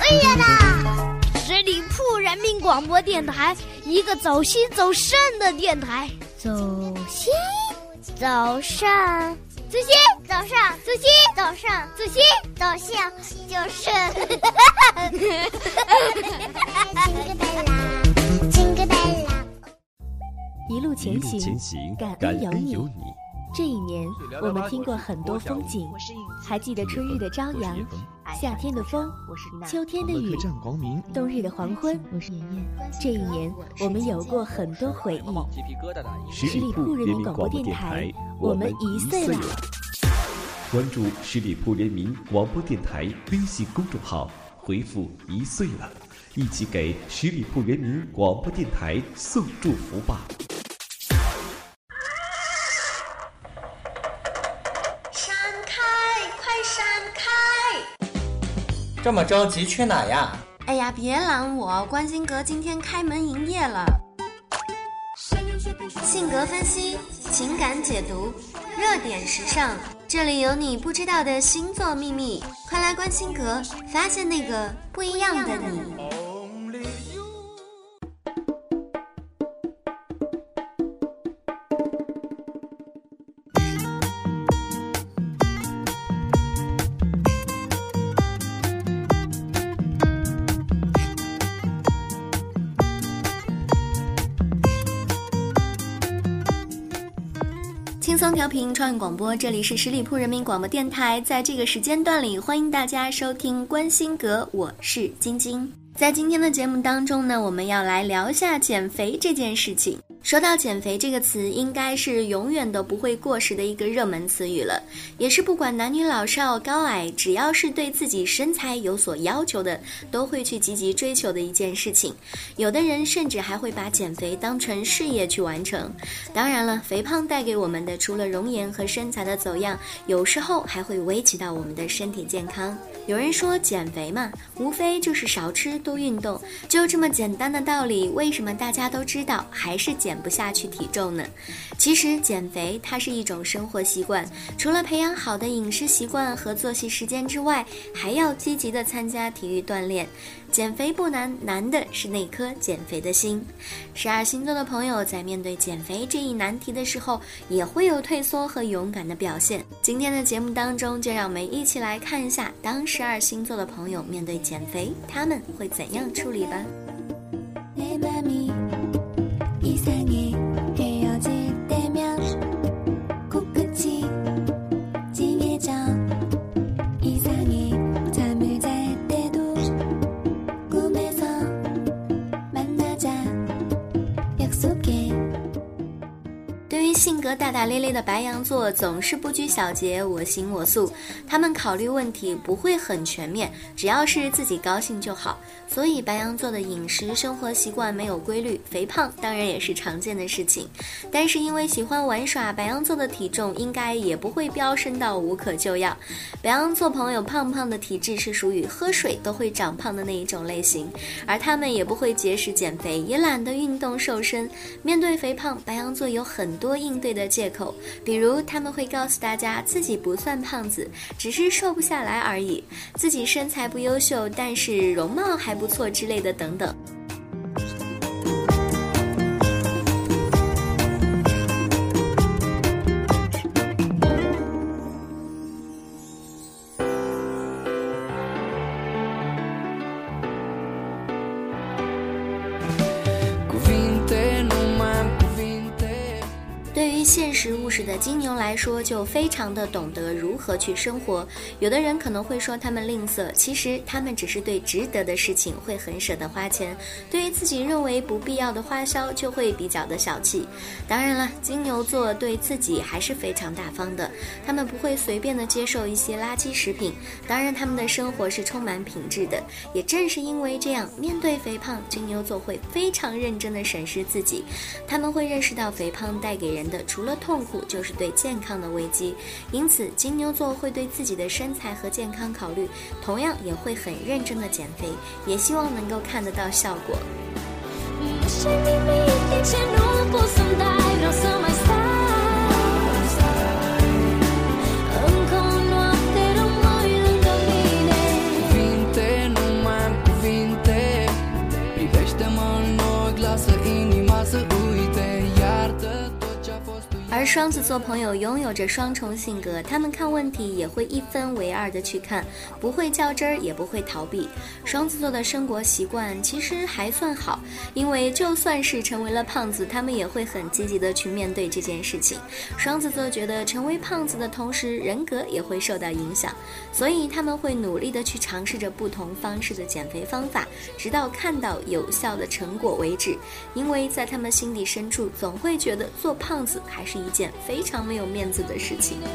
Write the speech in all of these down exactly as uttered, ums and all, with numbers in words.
岁月啦！ 十里铺人民广播电台，一个走心走肾的电台。 走心， 走肾， 走心，走上， 走心， 走上， 走心， 走向就是一路前行，感恩有你。这一年，我们听过很多风景，还记得春日的朝阳，夏天的风，秋天的雨，冬日的黄昏。这一年，我们有过很多回忆。十里铺人民广播电台，我们一岁了。 关注十里铺人民广播电台微信公众号，回复一岁了，一起给十里铺人民广播电台送祝福吧。 这么着急去哪呀？ 哎呀，别拦我，关心阁今天开门营业了。性格分析，情感解读，热点时尚，这里有你不知道的星座秘密，快来关心阁，发现那个不一样的你。轻松调频创意广播，这里是十里铺人民广播电台，在这个时间段里，欢迎大家收听关心阁，我是晶晶。在今天的节目当中呢，我们要来聊一下减肥这件事情。说到减肥这个词，应该是永远都不会过时的一个热门词语了，也是不管男女老少高矮，只要是对自己身材有所要求的，都会去积极追求的一件事情。有的人甚至还会把减肥当成事业去完成。当然了，肥胖带给我们的除了容颜和身材的走样，有时候还会危及到我们的身体健康。有人说减肥嘛，无非就是少吃多运动，就这么简单的道理，为什么大家都知道还是减不下去体重呢？其实减肥它是一种生活习惯，除了培养好的饮食习惯和作息时间之外，还要积极的参加体育锻炼。减肥不难，难的是那颗减肥的心。十二星座的朋友在面对减肥这一难题的时候，也会有退缩和勇敢的表现。今天的节目当中，就让我们一起来看一下，当十二星座的朋友面对减肥，他们会怎样处理吧。性格大大咧咧的白羊座总是不拘小节，我行我素，他们考虑问题不会很全面，只要是自己高兴就好。所以白羊座的饮食生活习惯没有规律，肥胖当然也是常见的事情。但是因为喜欢玩耍，白羊座的体重应该也不会飙升到无可救药。白羊座朋友胖胖的体质是属于喝水都会长胖的那一种类型，而他们也不会节食减肥，也懒得运动瘦身。面对肥胖，白羊座有很多应对的借口，比如他们会告诉大家自己不算胖子，只是瘦不下来而已，自己身材不优秀，但是容貌还不错之类的等等。对于现实务实的金牛来说，就非常的懂得如何去生活。有的人可能会说他们吝啬，其实他们只是对值得的事情会很舍得花钱，对于自己认为不必要的花销就会比较的小气。当然了，金牛座对自己还是非常大方的，他们不会随便的接受一些垃圾食品，当然他们的生活是充满品质的。也正是因为这样，面对肥胖，金牛座会非常认真的审视自己，他们会认识到肥胖带给人的除了痛苦就是对健康的危机，因此金牛座会对自己的身材和健康考虑，同样也会很认真的减肥，也希望能够看得到效果。 双子座朋友拥有着双重性格，他们看问题也会一分为二的去看，不会较真儿，也不会逃避。双子座的生活习惯其实还算好，因为就算是成为了胖子，他们也会很积极的去面对这件事情。双子座觉得成为胖子的同时，人格也会受到影响，所以他们会努力的去尝试着不同方式的减肥方法，直到看到有效的成果为止。因为在他们心底深处，总会觉得做胖子还是一件非常没有面子的事情。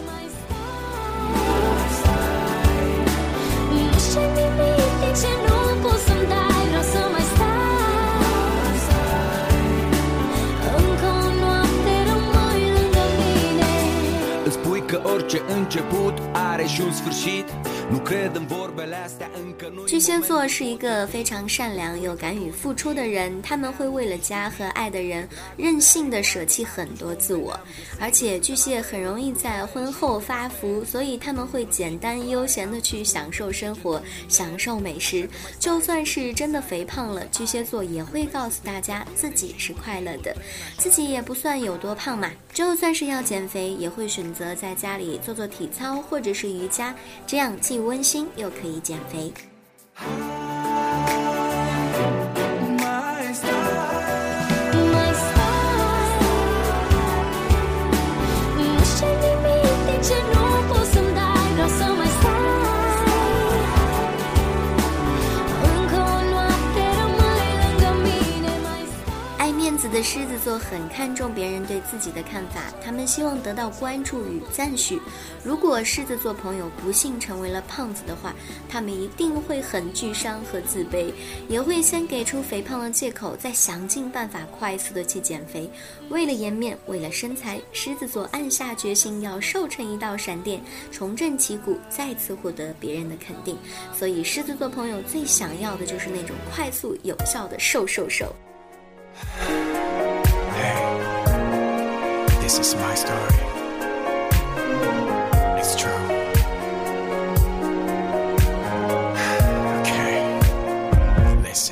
巨蟹座是一个非常善良又敢于付出的人，他们会为了家和爱的人任性的舍弃很多自我，而且巨蟹很容易在婚后发福，所以他们会简单悠闲的去享受生活，享受美食。就算是真的肥胖了，巨蟹座也会告诉大家自己是快乐的，自己也不算有多胖嘛。就算是要减肥，也会选择在家里做做体操或者是瑜伽，这样既温馨又可以减肥。的狮子座很看重别人对自己的看法，他们希望得到关注与赞许。如果狮子座朋友不幸成为了胖子的话，他们一定会很沮丧和自卑，也会先给出肥胖的借口，再想尽办法快速的去减肥。为了颜面，为了身材，狮子座暗下决心要瘦成一道闪电，重振旗鼓，再次获得别人的肯定。所以狮子座朋友最想要的就是那种快速有效的瘦瘦瘦。 This is my story. It's true. Okay, listen.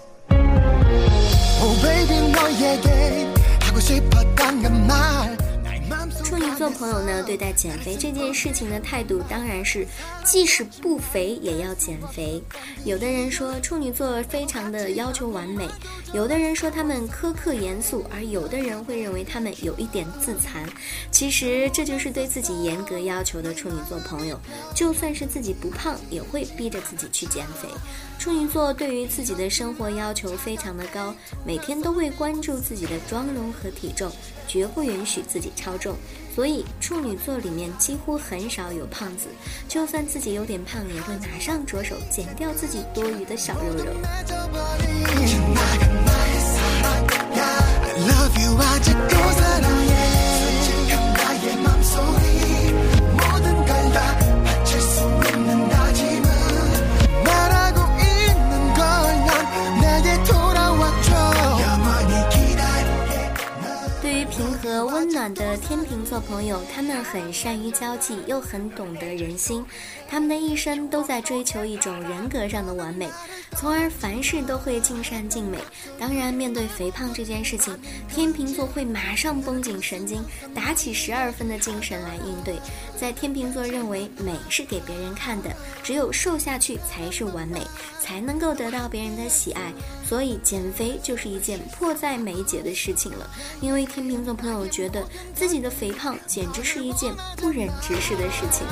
Oh baby, 너에게 하고 싶었던 그 말. 处女座朋友呢，对待减肥这件事情的态度当然是即使不肥也要减肥。有的人说处女座非常的要求完美，有的人说他们苛刻严肃，而有的人会认为他们有一点自残。其实这就是对自己严格要求的处女座朋友，就算是自己不胖也会逼着自己去减肥。处女座对于自己的生活要求非常的高，每天都会关注自己的妆容和体重，绝不允许自己超重。所以处女座里面几乎很少有胖子，就算自己有点胖，也会马上着手减掉自己多余的小肉肉。温暖的天秤座朋友，他们很善于交际，又很懂得人心，他们的一生都在追求一种人格上的完美，从而凡事都会尽善尽美。当然面对肥胖这件事情，天秤座会马上绷紧神经，打起十二分的精神来应对。在天秤座认为美是给别人看的，只有瘦下去才是完美，才能够得到别人的喜爱，所以减肥就是一件迫在眉睫的事情了。因为天秤座朋友觉得自己的肥胖简直是一件不忍直视的事情。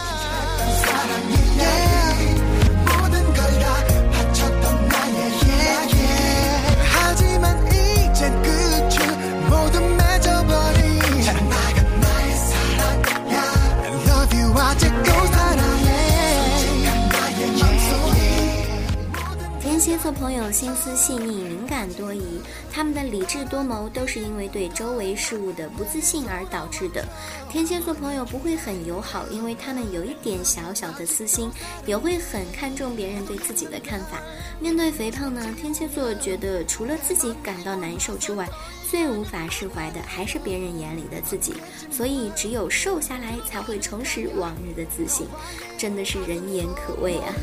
天蝎座朋友心思细腻，敏感多疑，他们的理智多谋都是因为对周围事物的不自信而导致的。天蝎座朋友不会很友好，因为他们有一点小小的私心，也会很看重别人对自己的看法。面对肥胖呢，天蝎座觉得除了自己感到难受之外，最无法释怀的还是别人眼里的自己，所以只有瘦下来才会重拾往日的自信，真的是人言可畏啊。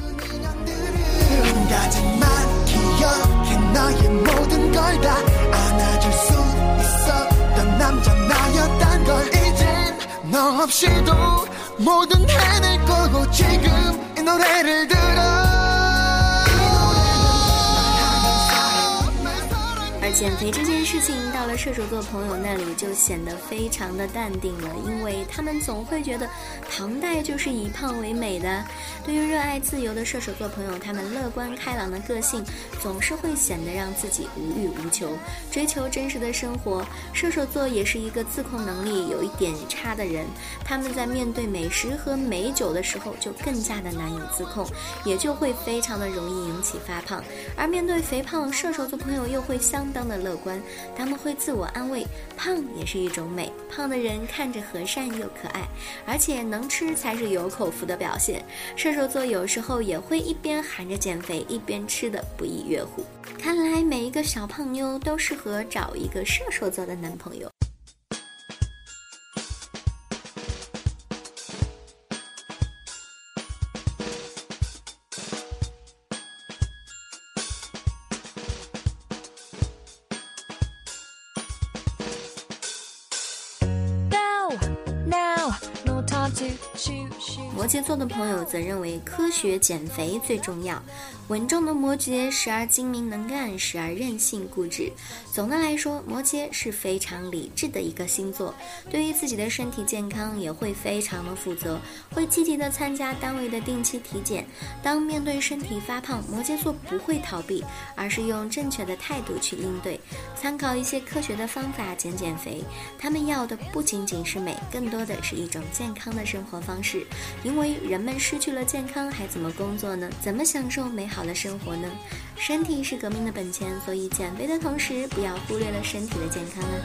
가지만 기억해 너의 모든 걸 다 안아줄 수 있었던 남자 나였단 걸 없이도 뭐든 해낼 거고 지금 이 노래를 들어 而减肥这件事情到了射手座朋友那里就显得非常的淡定了，因为他们总会觉得唐代就是以胖为美的。对于热爱自由的射手座朋友，他们乐观开朗的个性总是会显得让自己无欲无求，追求真实的生活。射手座也是一个自控能力有一点差的人，他们在面对美食和美酒的时候就更加的难以自控，也就会非常的容易引起发胖。而面对肥胖，射手座朋友又会相当的乐观，他们会自我安慰，胖也是一种美，胖的人看着和善又可爱，而且能吃才是有口福的表现。射手座有时候也会一边喊着减肥，一边吃的不亦乐乎。看来每一个小胖妞都适合找一个射手座的男朋友。摩羯座的朋友则认为科学减肥最重要。稳重的摩羯时而精明能干，时而任性固执。总的来说，摩羯是非常理智的一个星座，对于自己的身体健康也会非常的负责，会积极的参加单位的定期体检。当面对身体发胖，摩羯座不会逃避，而是用正确的态度去应对，参考一些科学的方法减减肥。他们要的不仅仅是美，更多的是一种健康的生活方式。因为人们失去了健康，还怎么工作呢？怎么享受美好的生活呢？身体是革命的本钱，所以减肥的同时，不要忽略了身体的健康啊。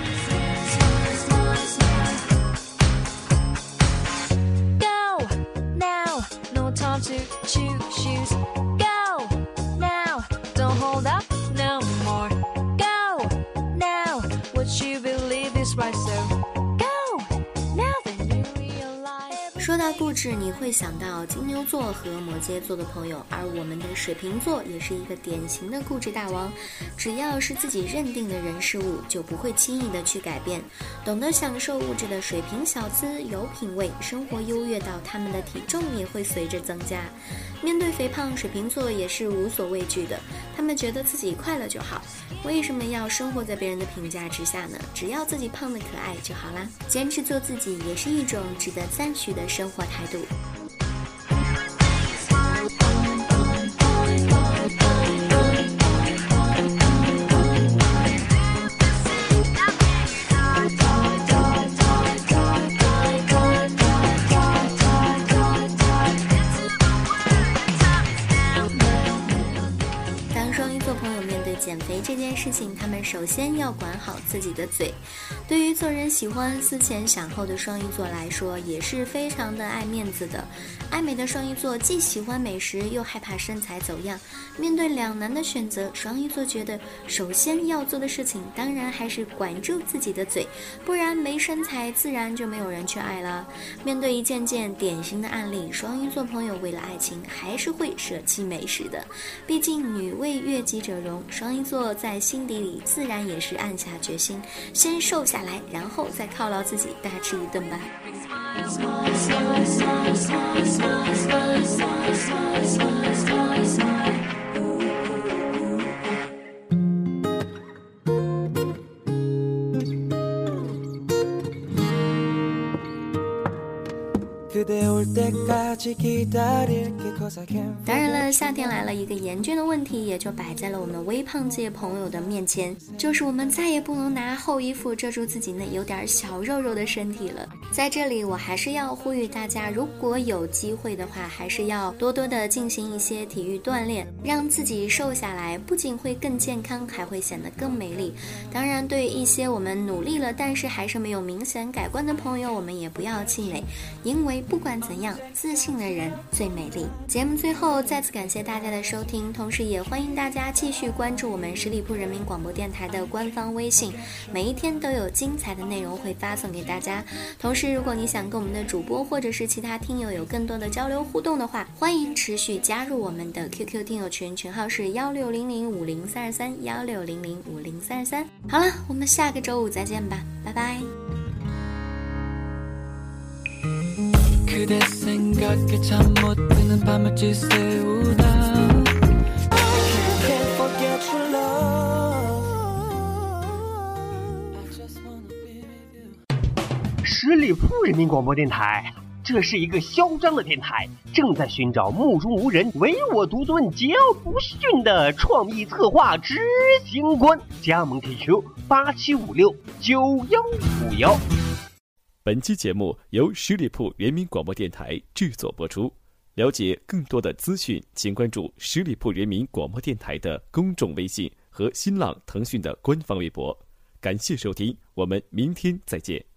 说到固执，你会想到金牛座和摩羯座的朋友，而我们的水瓶座也是一个典型的固执大王。只要是自己认定的人事物，就不会轻易的去改变。懂得享受物质的水瓶小资有品味，生活优越到他们的体重也会随着增加。面对肥胖，水瓶座也是无所畏惧的，他们觉得自己快乐就好，为什么要生活在别人的评价之下呢？只要自己胖得可爱就好啦。坚持做自己也是一种值得赞许的生活态度。减肥这件事情，他们首先要管好自己的嘴。对于做人喜欢思前想后的双鱼座来说，也是非常的爱面子的。爱美的双鱼座既喜欢美食，又害怕身材走样。面对两难的选择，双鱼座觉得首先要做的事情，当然还是管住自己的嘴，不然没身材，自然就没有人去爱了。面对一件件典型的案例，双鱼座朋友为了爱情，还是会舍弃美食的。毕竟女为悦己者容，双鱼座在心底里自然也是暗下决心，先瘦下来，然后再犒劳自己大吃一顿吧。当然了，夏天来了，一个严峻的问题也就摆在了我们微胖界朋友的面前，就是我们再也不能拿厚衣服遮住自己那有点小肉肉的身体了。在这里我还是要呼吁大家，如果有机会的话，还是要多多的进行一些体育锻炼，让自己瘦下来，不仅会更健康，还会显得更美丽。当然，对于一些我们努力了但是还是没有明显改观的朋友，我们也不要气馁，因为不管怎样，自信的人最美丽。节目最后再次感谢大家的收听，同时也欢迎大家继续关注我们十里铺人民广播电台的官方微信，每一天都有精彩的内容会发送给大家。同时，如果你想跟我们的主播或者是其他听友有更多的交流互动的话，欢迎持续加入我们的 Q Q 听友群，群号是幺六零零五零三二三幺六零零五零三二三。好了，我们下个周五再见吧，拜拜。 그대 생각에 잠 못 드는 밤을 지새우다 Can't forget your love I just wanna be with you 十里铺人民广播电台，这是一个嚣张的电台，正在寻找目中无人、唯我独尊、桀骜不驯的创意策划执行官。加盟 Q Q 八七五六九幺五幺。 本期节目由十里铺人民广播电台制作播出。了解更多的资讯，请关注十里铺人民广播电台的公众微信和新浪、腾讯的官方微博。感谢收听，我们明天再见。